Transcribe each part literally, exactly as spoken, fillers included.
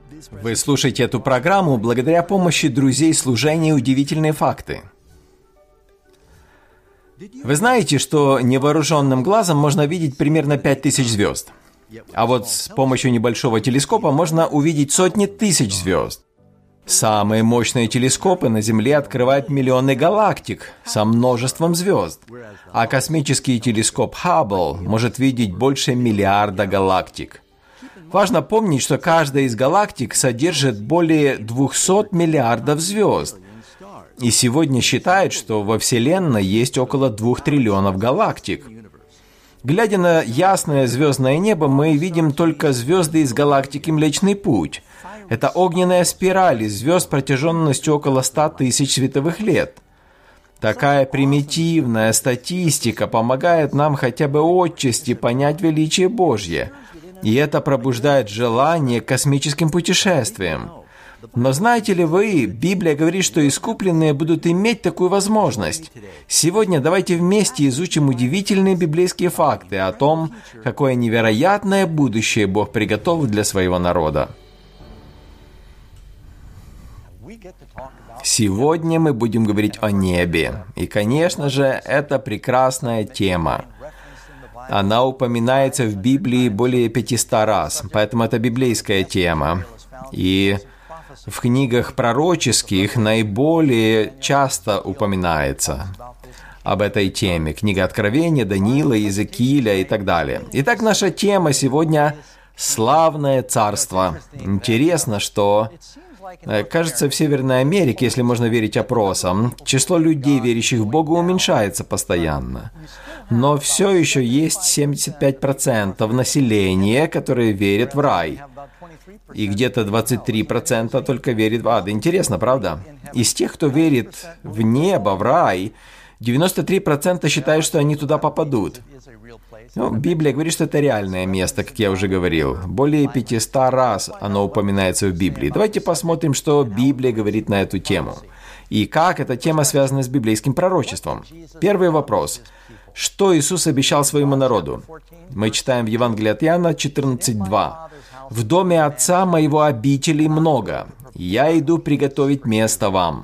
Вы слушаете эту программу благодаря помощи друзей служения «Удивительные факты». Вы знаете, что невооруженным глазом можно видеть примерно пять тысяч звезд. А вот с помощью небольшого телескопа можно увидеть сотни тысяч звезд. Самые мощные телескопы на Земле открывают миллионы галактик со множеством звезд, а космический телескоп Хаббл может видеть больше миллиарда галактик. Важно помнить, что каждая из галактик содержит более двухсот миллиардов звезд. И сегодня считают, что во Вселенной есть около двух триллионов галактик. Глядя на ясное звездное небо, мы видим только звезды из галактики Млечный Путь. Это огненная спираль из звезд протяженностью около ста тысяч световых лет. Такая примитивная статистика помогает нам хотя бы отчасти понять величие Божье. И это пробуждает желание к космическим путешествиям. Но знаете ли вы, Библия говорит, что искупленные будут иметь такую возможность. Сегодня давайте вместе изучим удивительные библейские факты о том, какое невероятное будущее Бог приготовил для своего народа. Сегодня мы будем говорить о небе. И, конечно же, это прекрасная тема. Она упоминается в Библии более пятисот раз, поэтому это библейская тема. И в книгах пророческих наиболее часто упоминается об этой теме. Книга Откровения, Даниила, Иезекииля и так далее. Итак, наша тема сегодня — «Славное царство». Интересно, что, кажется, в Северной Америке, если можно верить опросам, число людей, верящих в Бога, уменьшается постоянно. Но все еще есть семьдесят пять процентов населения, которые верят в рай. И где-то двадцать три процента только верит в ад. Интересно, правда? Из тех, кто верит в небо, в рай, девяносто три процента считают, что они туда попадут. Ну, Библия говорит, что это реальное место, как я уже говорил. Более пятисот раз оно упоминается в Библии. Давайте посмотрим, что Библия говорит на эту тему. И как эта тема связана с библейским пророчеством. Первый вопрос. Что Иисус обещал своему народу? Мы читаем в Евангелии от Иоанна четырнадцать два. «В доме Отца моего обителей много. Я иду приготовить место вам».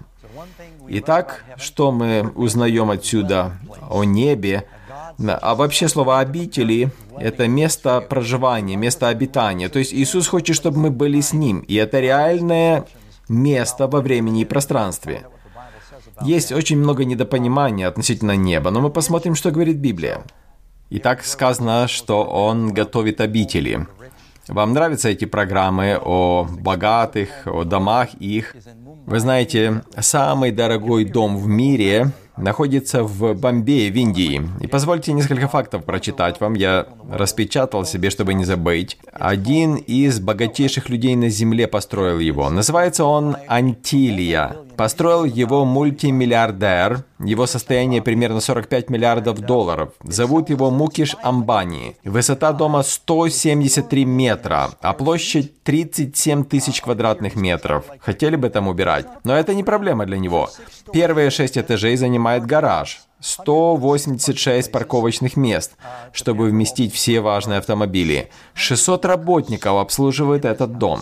Итак, что мы узнаем отсюда о небе? А вообще слово «обители» — это место проживания, место обитания. То есть Иисус хочет, чтобы мы были с Ним. И это реальное место во времени и пространстве. Есть очень много недопонимания относительно неба, но мы посмотрим, что говорит Библия. Итак, сказано, что Он готовит обители. Вам нравятся эти программы о богатых, о домах их? Вы знаете, самый дорогой дом в мире находится в Бомбее, в Индии. И позвольте несколько фактов прочитать вам. Я распечатал себе, чтобы не забыть. Один из богатейших людей на Земле построил его. Называется он Антилья. Построил его мультимиллиардер. Его состояние примерно сорок пять миллиардов долларов. Зовут его Мукеш Амбани. Высота дома сто семьдесят три метра, а площадь тридцать семь тысяч квадратных метров. Хотели бы там убирать, но это не проблема для него. Первые шесть этажей занимает гараж. сто восемьдесят шесть парковочных мест, чтобы вместить все важные автомобили. шестьсот работников обслуживают этот дом.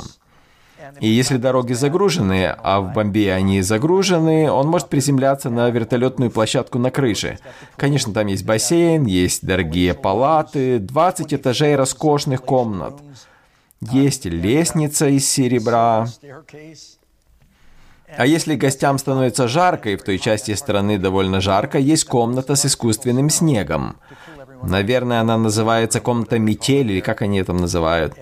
И если дороги загружены, а в Бомбее они загружены, он может приземляться на вертолетную площадку на крыше. Конечно, там есть бассейн, есть дорогие палаты, двадцать этажей роскошных комнат. Есть лестница из серебра. А если гостям становится жарко, и в той части страны довольно жарко, есть комната с искусственным снегом. Наверное, она называется комната метели, или как они это называют.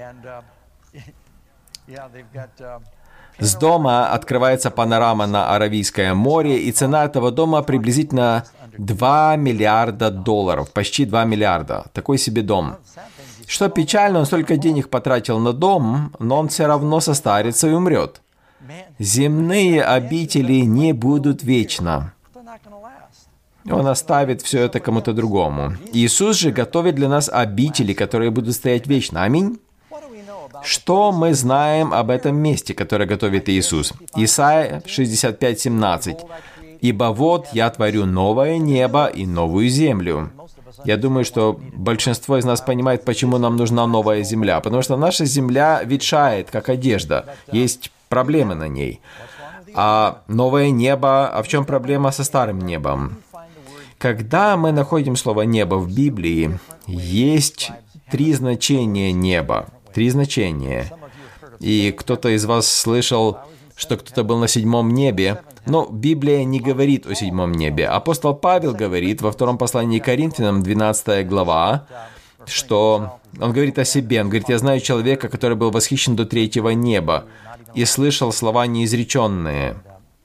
С дома открывается панорама на Аравийское море, и цена этого дома приблизительно два миллиарда долларов, почти два миллиарда. Такой себе дом. Что печально, он столько денег потратил на дом, но он все равно состарится и умрет. Земные обители не будут вечно. Он оставит все это кому-то другому. Иисус же готовит для нас обители, которые будут стоять вечно. Аминь. Что мы знаем об этом месте, которое готовит Иисус? Исайя шестьдесят пять семнадцать. «Ибо вот я творю новое небо и новую землю». Я думаю, что большинство из нас понимает, почему нам нужна новая земля. Потому что наша земля ветшает, как одежда. Есть проблемы на ней. А новое небо, а в чем проблема со старым небом? Когда мы находим слово «небо» в Библии, есть три значения неба. Три значения. И кто-то из вас слышал, что кто-то был на седьмом небе. Но Библия не говорит о седьмом небе. Апостол Павел говорит во втором послании к Коринфянам, двенадцатая глава, что он говорит о себе. Он говорит: «Я знаю человека, который был восхищен до третьего неба и слышал слова неизреченные».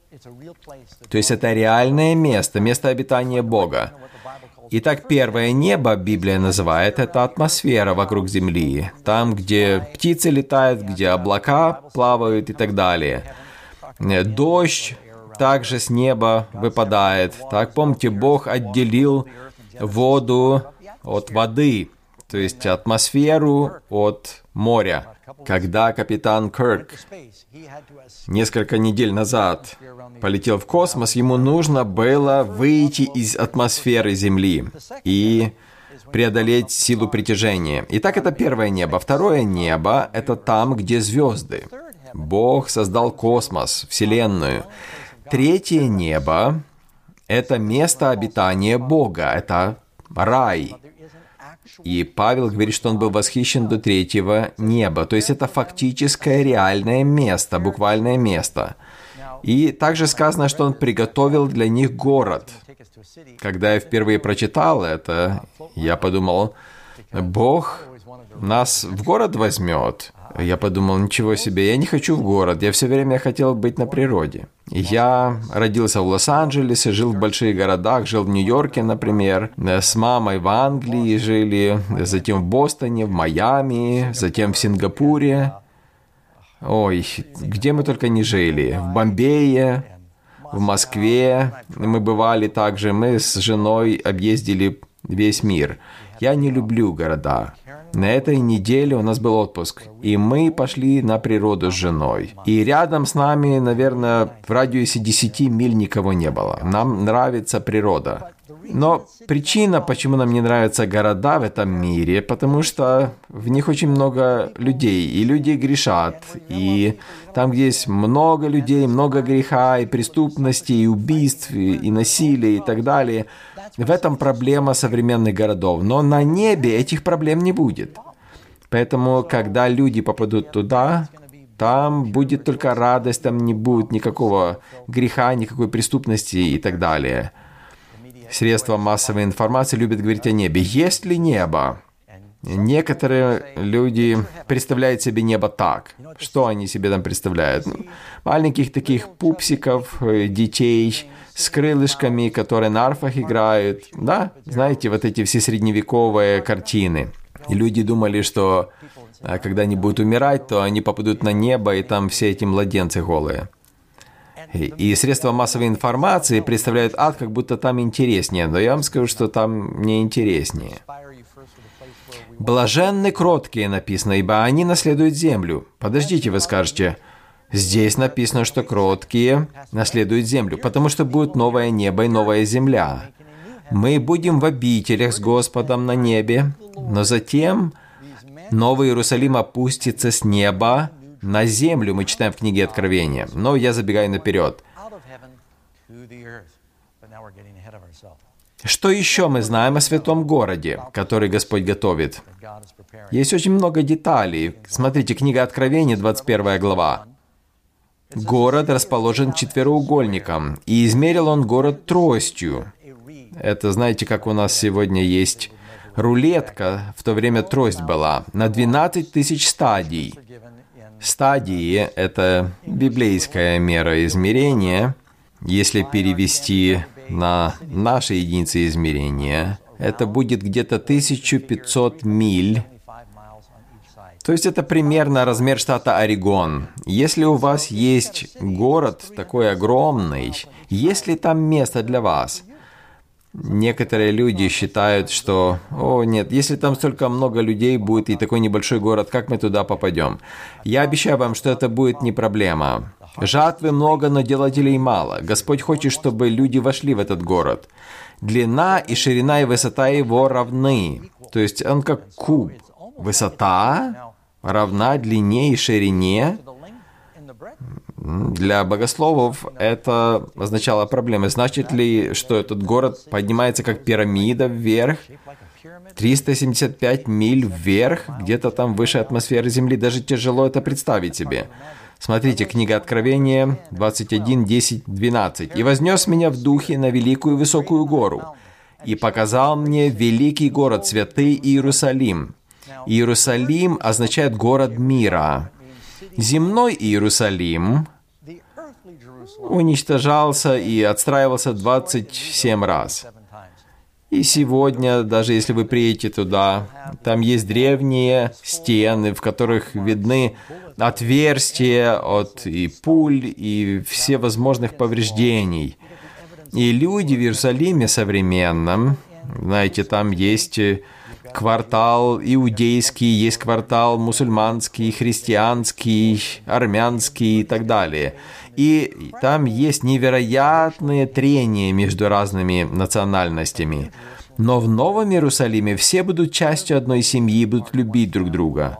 То есть это реальное место, место обитания Бога. Итак, первое небо Библия называет, это атмосфера вокруг Земли. Там, где птицы летают, где облака плавают и так далее. Дождь также с неба выпадает. Так, помните, Бог отделил воду от воды, то есть атмосферу от моря. Когда капитан Кирк несколько недель назад полетел в космос, ему нужно было выйти из атмосферы Земли и преодолеть силу притяжения. Итак, это первое небо. Второе небо — это там, где звезды. Бог создал космос, Вселенную. Третье небо — это место обитания Бога, это рай. И Павел говорит, что он был восхищен до третьего неба. То есть это фактическое реальное место, буквальное место. И также сказано, что он приготовил для них город. Когда я впервые прочитал это, я подумал: Бог нас в город возьмет. Я подумал: ничего себе, я не хочу в город, я все время хотел быть на природе. Я родился в Лос-Анджелесе, жил в больших городах, жил в Нью-Йорке, например, с мамой в Англии жили, затем в Бостоне, в Майами, затем в Сингапуре. Ой, где мы только не жили. В Бомбее, в Москве мы бывали также. Мы с женой объездили весь мир. Я не люблю города. На этой неделе у нас был отпуск, и мы пошли на природу с женой. И рядом с нами, наверное, в радиусе десяти миль никого не было. Нам нравится природа. Но причина, почему нам не нравятся города в этом мире, потому что в них очень много людей, и люди грешат. И там, где есть много людей, много греха, и преступности, и убийств, и, и насилия, и так далее, в этом проблема современных городов. Но на небе этих проблем не будет. Поэтому, когда люди попадут туда, там будет только радость, там не будет никакого греха, никакой преступности и так далее. Средства массовой информации любят говорить о небе. Есть ли небо? Некоторые люди представляют себе небо так. Что они себе там представляют? Ну, маленьких таких пупсиков, детей с крылышками, которые на арфах играют. Да, знаете, вот эти все средневековые картины. И люди думали, что когда они будут умирать, то они попадут на небо, и там все эти младенцы голые. И средства массовой информации представляют ад, как будто там интереснее. Но я вам скажу, что там не интереснее. «Блаженны кроткие» написано, ибо они наследуют землю. Подождите, вы скажете, здесь написано, что кроткие наследуют землю, потому что будет новое небо и новая земля. Мы будем в обителях с Господом на небе, но затем Новый Иерусалим опустится с неба на землю, мы читаем в книге Откровения. Но я забегаю наперед. Что еще мы знаем о святом городе, который Господь готовит? Есть очень много деталей. Смотрите, книга Откровения, двадцать первая глава. Город расположен четвероугольником, и измерил он город тростью. Это, знаете, как у нас сегодня есть рулетка, в то время трость была, на двенадцать тысяч стадий. Стадии — это библейская мера измерения. Если перевести на наши единицы измерения, это будет где-то тысяча пятьсот миль. То есть это примерно размер штата Орегон. Если у вас есть город такой огромный, есть ли там место для вас? Некоторые люди считают, что, о нет, если там столько много людей будет и такой небольшой город, как мы туда попадем? Я обещаю вам, что это будет не проблема. Жатвы много, но делателей мало. Господь хочет, чтобы люди вошли в этот город. Длина и ширина и высота его равны. То есть он как куб. Высота равна длине и ширине. Для богословов это означало проблемы. Значит ли, что этот город поднимается как пирамида вверх? триста семьдесят пять миль вверх, где-то там выше атмосферы Земли. Даже тяжело это представить себе. Смотрите, книга Откровения двадцать один, десять, двенадцать. «И вознес меня в духе на великую высокую гору, и показал мне великий город, святый Иерусалим». Иерусалим означает «город мира». Земной Иерусалим уничтожался и отстраивался двадцать семь раз. И сегодня, даже если вы приедете туда, там есть древние стены, в которых видны отверстия от и пуль, и всевозможных повреждений. И люди в Иерусалиме современном, знаете, там есть квартал иудейский, есть квартал мусульманский, христианский, армянский и так далее. И там есть невероятные трения между разными национальностями. Но в Новом Иерусалиме все будут частью одной семьи и будут любить друг друга.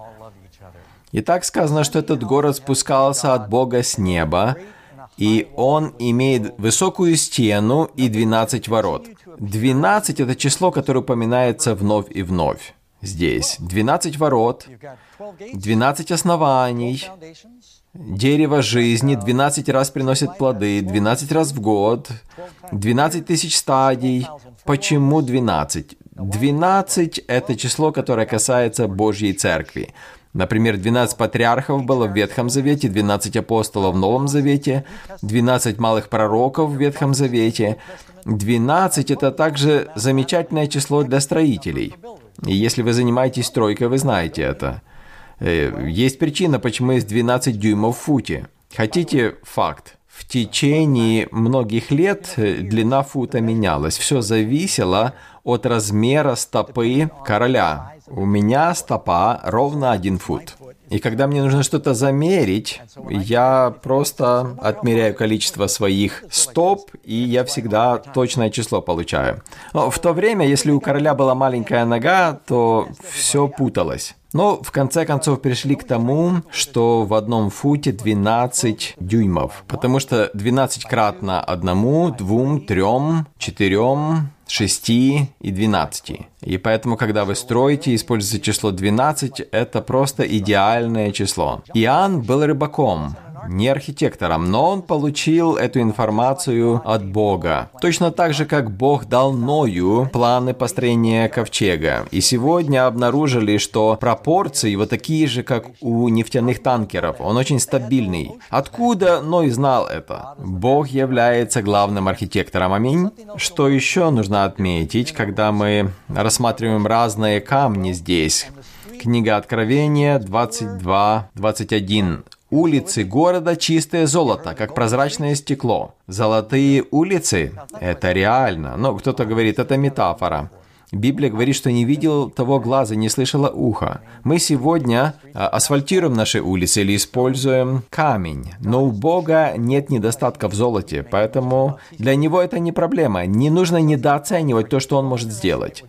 И так сказано, что этот город спускался от Бога с неба, и он имеет высокую стену и двенадцать ворот. двенадцать — это число, которое упоминается вновь и вновь здесь. двенадцать ворот, двенадцать оснований, дерево жизни двенадцать раз приносит плоды, двенадцать раз в год, двенадцать тысяч стадий. Почему двенадцать? двенадцать — это число, которое касается Божьей Церкви. Например, двенадцать патриархов было в Ветхом Завете, двенадцать апостолов в Новом Завете, двенадцать малых пророков в Ветхом Завете. двенадцать — это также замечательное число для строителей. И если вы занимаетесь стройкой, вы знаете это. Есть причина, почему есть двенадцать дюймов в футе. Хотите факт? В течение многих лет длина фута менялась. Все зависело от размера стопы короля. У меня стопа ровно один фут. И когда мне нужно что-то замерить, я просто отмеряю количество своих стоп, и я всегда точное число получаю. Но в то время, если у короля была маленькая нога, то все путалось. Но в конце концов пришли к тому, что в одном футе двенадцать дюймов. Потому что двенадцать кратно одному, двум, трем, четырем, шести и двенадцати. И поэтому, когда вы строите, используете число двенадцать, это просто идеальное число. Иоанн был рыбаком, не архитектором, но он получил эту информацию от Бога. Точно так же, как Бог дал Ною планы построения ковчега. И сегодня обнаружили, что пропорции вот такие же, как у нефтяных танкеров. Он очень стабильный. Откуда Ной знал это? Бог является главным архитектором. Аминь. Что еще нужно отметить, когда мы рассматриваем разные камни здесь? Книга Откровения двадцать два, двадцать один. Улицы города чистое золото, как прозрачное стекло. Золотые улицы – это реально. Но кто-то говорит, это метафора. Библия говорит, что не видел того глаза, не слышало ухо. Мы сегодня асфальтируем наши улицы или используем камень. Но у Бога нет недостатка в золоте, поэтому для Него это не проблема. Не нужно недооценивать то, что Он может сделать.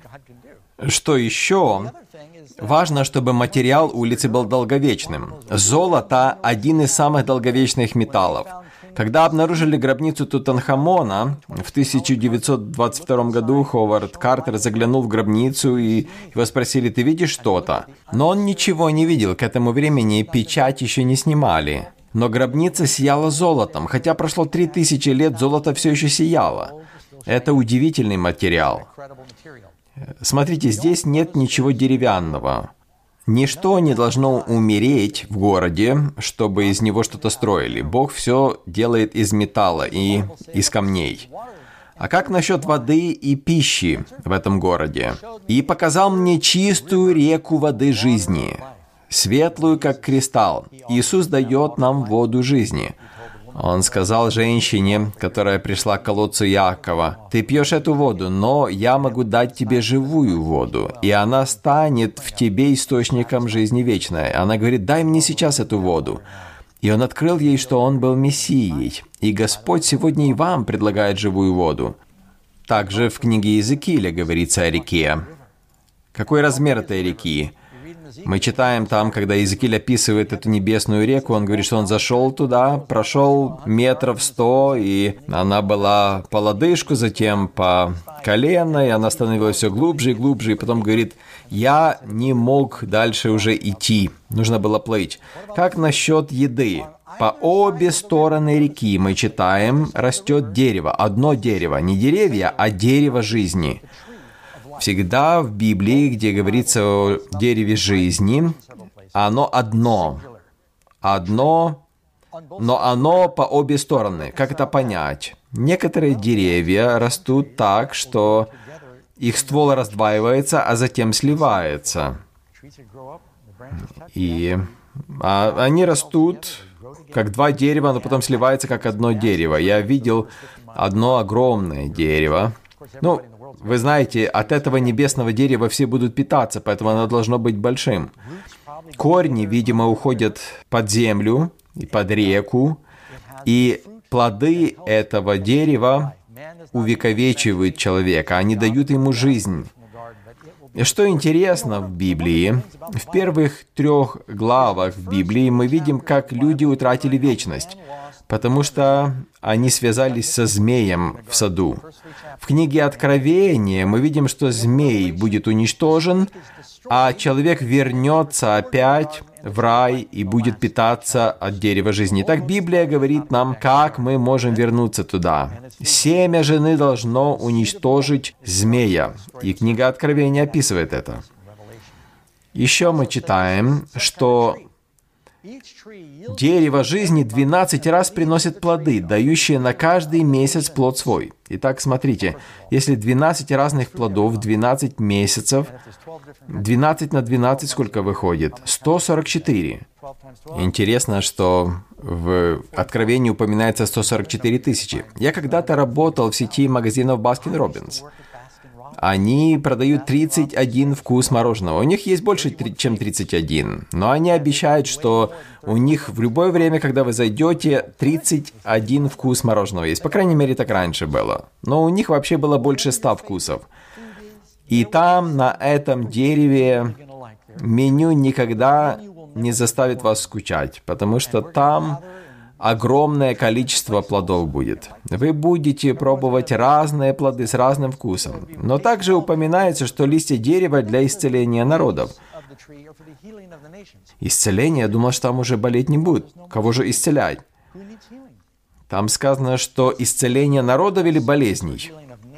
Что еще? Важно, чтобы материал улицы был долговечным. Золото – один из самых долговечных металлов. Когда обнаружили гробницу Тутанхамона, в тысяча девятьсот двадцать втором году Ховард Картер заглянул в гробницу, и его спросили, ты видишь что-то? Но он ничего не видел, к этому времени печать еще не снимали. Но гробница сияла золотом, хотя прошло три тысячи лет, золото все еще сияло. Это удивительный материал. Смотрите, здесь нет ничего деревянного. Ничто не должно умереть в городе, чтобы из него что-то строили. Бог все делает из металла и из камней. А как насчет воды и пищи в этом городе? «И показал мне чистую реку воды жизни, светлую, как кристалл». Иисус дает нам воду жизни. Он сказал женщине, которая пришла к колодцу Иакова, «Ты пьешь эту воду, но я могу дать тебе живую воду, и она станет в тебе источником жизни вечной». Она говорит, «Дай мне сейчас эту воду». И он открыл ей, что он был Мессией. И Господь сегодня и вам предлагает живую воду. Также в книге Иезекииля говорится о реке. Какой размер этой реки? Мы читаем там, когда Иезекииль описывает эту небесную реку, он говорит, что он зашел туда, прошел метров сто, и она была по лодыжку, затем по колено, и она становилась все глубже и глубже, и потом говорит, я не мог дальше уже идти, нужно было плыть. Как насчет еды? По обе стороны реки, мы читаем, растет дерево, одно дерево, не деревья, а дерево жизни. Всегда в Библии, где говорится о дереве жизни, оно одно. Одно, но оно по обе стороны. Как это понять? Некоторые деревья растут так, что их ствол раздваивается, а затем сливается. И а, они растут как два дерева, но потом сливаются как одно дерево. Я видел одно огромное дерево. Ну, вы знаете, от этого небесного дерева все будут питаться, поэтому оно должно быть большим. Корни, видимо, уходят под землю и под реку, и плоды этого дерева увековечивают человека, они дают ему жизнь. И что интересно в Библии, в первых трех главах в Библии мы видим, как люди утратили вечность, потому что они связались со змеем в саду. В книге Откровения мы видим, что змей будет уничтожен, а человек вернется опять в рай и будет питаться от дерева жизни. Так Библия говорит нам, как мы можем вернуться туда. Семя жены должно уничтожить змея. И книга Откровения описывает это. Еще мы читаем, что дерево жизни двенадцать раз приносит плоды, дающие на каждый месяц плод свой. Итак, смотрите, если двенадцать разных плодов, двенадцать месяцев, двенадцать на двенадцать сколько выходит? сто сорок четыре. Интересно, что в Откровении упоминается сто сорок четыре тысячи. Я когда-то работал в сети магазинов Баскин Роббинс. Они продают тридцать один вкус мороженого. У них есть больше, чем тридцать один. Но они обещают, что у них в любое время, когда вы зайдете, тридцать один вкус мороженого есть. По крайней мере, так раньше было. Но у них вообще было больше ста вкусов. И там, на этом дереве, меню никогда не заставит вас скучать, потому что там огромное количество плодов будет. Вы будете пробовать разные плоды с разным вкусом. Но также упоминается, что листья дерева для исцеления народов. Исцеление? Я думал, что там уже болеть не будет. Кого же исцелять? Там сказано, что исцеление народов или болезней?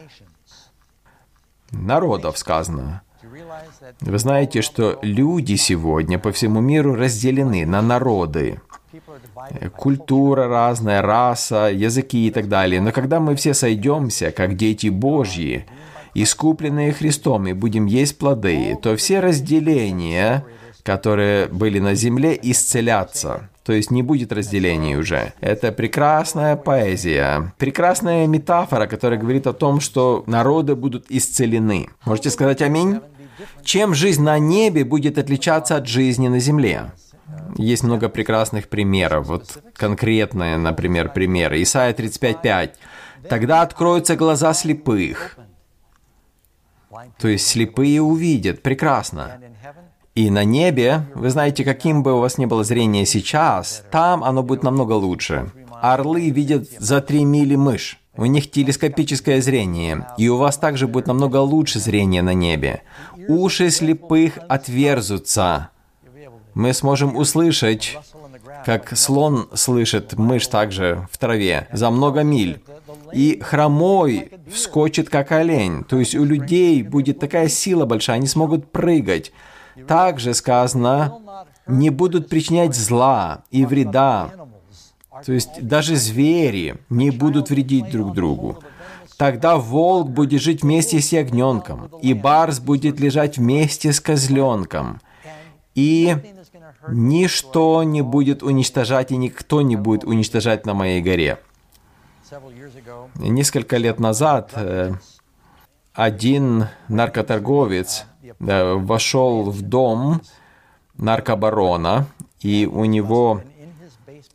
Народов сказано. Вы знаете, что люди сегодня по всему миру разделены на народы. Культура разная, раса, языки и так далее. Но когда мы все сойдемся, как дети Божьи, искупленные Христом, и будем есть плоды, то все разделения, которые были на земле, исцелятся. То есть не будет разделений уже. Это прекрасная поэзия, прекрасная метафора, которая говорит о том, что народы будут исцелены. Можете сказать аминь? Чем жизнь на небе будет отличаться от жизни на земле? Есть много прекрасных примеров. Вот конкретные, например, примеры. Исайя тридцать пять пять. «Тогда откроются глаза слепых». То есть слепые увидят. Прекрасно. И на небе, вы знаете, каким бы у вас ни было зрение сейчас, там оно будет намного лучше. Орлы видят за три мили мышь. У них телескопическое зрение, и у вас также будет намного лучше зрение на небе. Уши слепых отверзутся. Мы сможем услышать, как слон слышит мышь также в траве, за много миль. И хромой вскочит, как олень. То есть у людей будет такая сила большая, они смогут прыгать. Также сказано, не будут причинять зла и вреда. То есть даже звери не будут вредить друг другу. Тогда волк будет жить вместе с ягненком, и барс будет лежать вместе с козленком. И ничто не будет уничтожать, и никто не будет уничтожать на моей горе. Несколько лет назад э, один наркоторговец э, вошел в дом наркобарона, и у него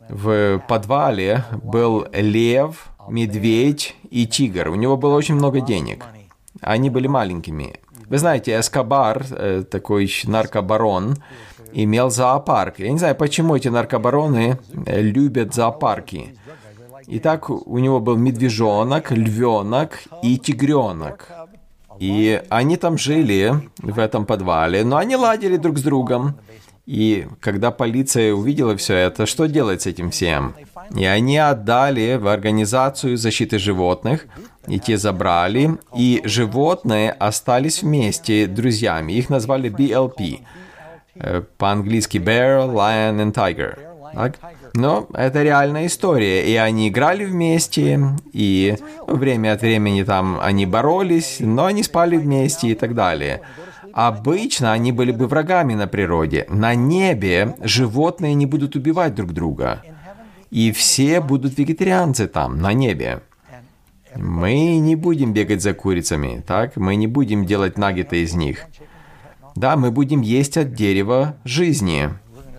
в подвале был лев, медведь и тигр. У него было очень много денег. Они были маленькими. Вы знаете, Эскобар, такой наркобарон, имел зоопарк. Я не знаю, почему эти наркобароны любят зоопарки. Итак, у него был медвежонок, львенок и тигренок. И они там жили, в этом подвале, но они ладили друг с другом. И когда полиция увидела все это, что делать с этим всем? И они отдали в Организацию защиты животных, и те забрали, и животные остались вместе друзьями. Их назвали би эл пи, по-английски Bear, Lion and Tiger. Так? Но это реальная история, и они играли вместе, и время от времени там они боролись, но они спали вместе и так далее. Обычно они были бы врагами на природе. На небе животные не будут убивать друг друга, и все будут вегетарианцы там, на небе. Мы не будем бегать за курицами, так? Мы не будем делать наггеты из них. Да, мы будем есть от дерева жизни.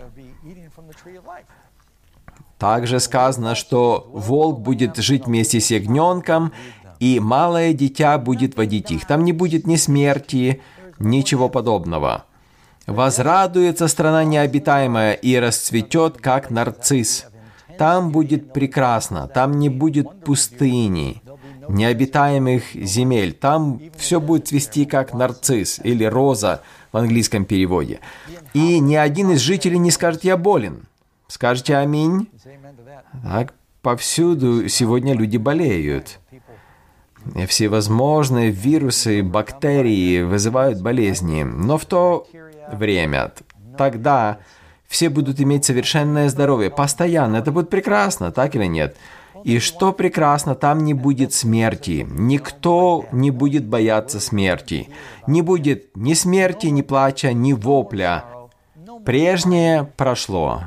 Также сказано, что волк будет жить вместе с ягненком, и малое дитя будет водить их. Там не будет ни смерти, ничего подобного. Возрадуется страна необитаемая и расцветет, как нарцисс. Там будет прекрасно, там не будет пустыни, необитаемых земель. Там все будет цвести, как нарцисс или роза в английском переводе. И ни один из жителей не скажет «я болен». Скажете «Аминь». Так, повсюду сегодня люди болеют. И всевозможные вирусы, бактерии вызывают болезни. Но в то время, тогда все будут иметь совершенное здоровье. Постоянно. Это будет прекрасно, так или нет? И что прекрасно, там не будет смерти. Никто не будет бояться смерти. Не будет ни смерти, ни плача, ни вопля. Прежнее прошло.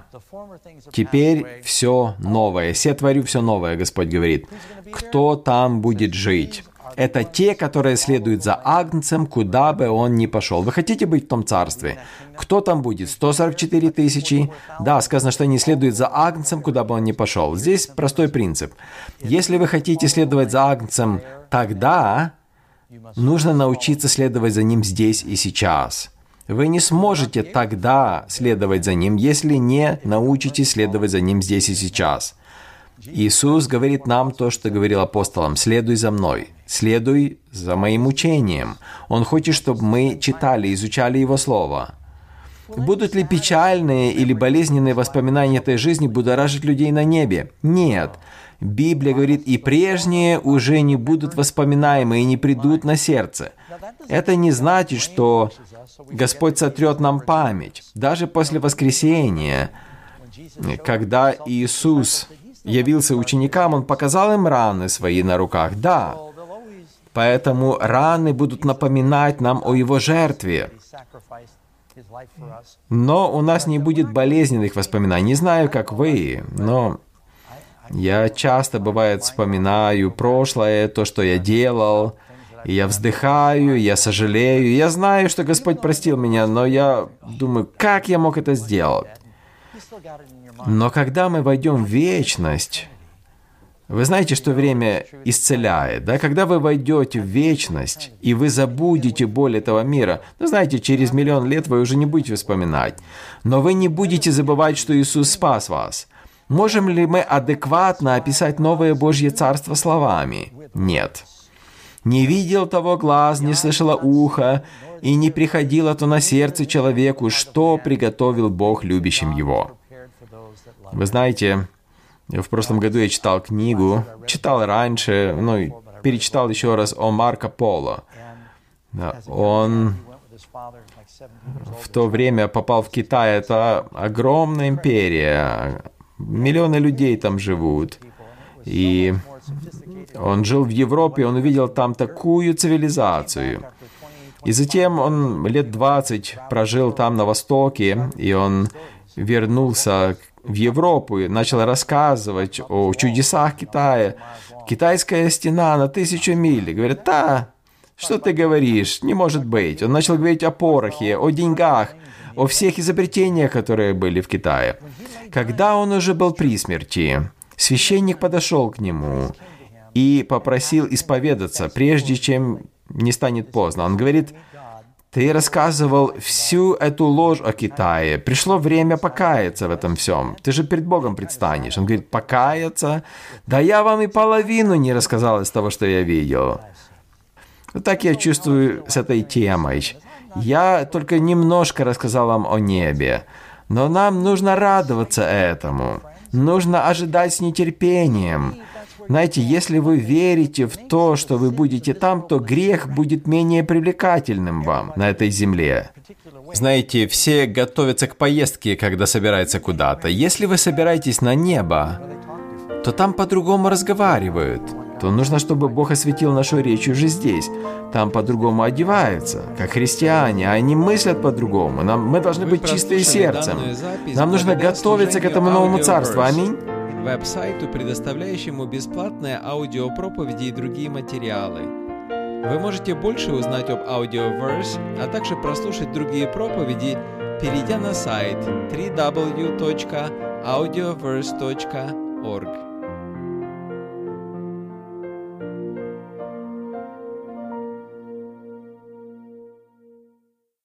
Теперь все новое. Сотворю все новое, Господь говорит. Кто там будет жить? Это те, которые следуют за Агнцем, куда бы он ни пошел. Вы хотите быть в том царстве? Кто там будет? сто сорок четыре тысячи? Да, сказано, что они следуют за Агнцем, куда бы он ни пошел. Здесь простой принцип. Если вы хотите следовать за Агнцем, тогда нужно научиться следовать за ним здесь и сейчас. Вы не сможете тогда следовать за ним, если не научитесь следовать за ним здесь и сейчас. Иисус говорит нам то, что говорил апостолам: «Следуй за мной, следуй за моим учением». Он хочет, чтобы мы читали, изучали Его Слово. Будут ли печальные или болезненные воспоминания этой жизни будоражить людей на небе? Нет. Библия говорит, и прежние уже не будут воспоминаемы и не придут на сердце. Это не значит, что Господь сотрет нам память. Даже после воскресения, когда Иисус явился ученикам, Он показал им раны свои на руках. Да, поэтому раны будут напоминать нам о Его жертве. Но у нас не будет болезненных воспоминаний. Не знаю, как вы, но я часто, бывает, вспоминаю прошлое, то, что я делал, и я вздыхаю, я сожалею. Я знаю, что Господь простил меня, но я думаю, как я мог это сделать? Но когда мы войдем в вечность, вы знаете, что время исцеляет, да? Когда вы войдете в вечность, и вы забудете боль этого мира, ну, знаете, через миллион лет вы уже не будете вспоминать, но вы не будете забывать, что Иисус спас вас. Можем ли мы адекватно описать новое Божье Царство словами? Нет. «Не видел того глаз, не слышало ухо, и не приходило то на сердце человеку, что приготовил Бог любящим его». Вы знаете, в прошлом году я читал книгу, читал раньше, ну, перечитал еще раз о Марко Поло. Он в то время попал в Китай, это огромная империя, миллионы людей там живут, и он жил в Европе, он увидел там такую цивилизацию. И затем он лет двадцать прожил там на Востоке, и он вернулся в Европу и начал рассказывать о чудесах Китая. Китайская стена на тысячу миль. Говорят, да, что ты говоришь, не может быть. Он начал говорить о порохе, о деньгах, о всех изобретениях, которые были в Китае. Когда он уже был при смерти, священник подошел к нему и попросил исповедаться, прежде чем не станет поздно. Он говорит: «Ты рассказывал всю эту ложь о Китае. Пришло время покаяться в этом всем. Ты же перед Богом предстанешь». Он говорит: «Покаяться? Да я вам и половину не рассказал из того, что я видел». Вот так я чувствую с этой темой. Я только немножко рассказал вам о небе. Но нам нужно радоваться этому. Нужно ожидать с нетерпением. Знаете, если вы верите в то, что вы будете там, то грех будет менее привлекательным вам на этой земле. Знаете, все готовятся к поездке, когда собираются куда-то. Если вы собираетесь на небо, то там по-другому разговаривают. То нужно, чтобы Бог осветил нашу речь уже здесь. Там по-другому одеваются, как христиане, а они мыслят по-другому. Нам, мы должны быть чистые сердцем. Нам нужно готовиться к этому новому царству. Аминь. Веб-сайту, предоставляющему бесплатные аудиопроповеди и другие материалы. Вы можете больше узнать об Audioverse, а также прослушать другие проповеди, перейдя на сайт дабл ю дабл ю дабл ю точка аудиоверс точка орг.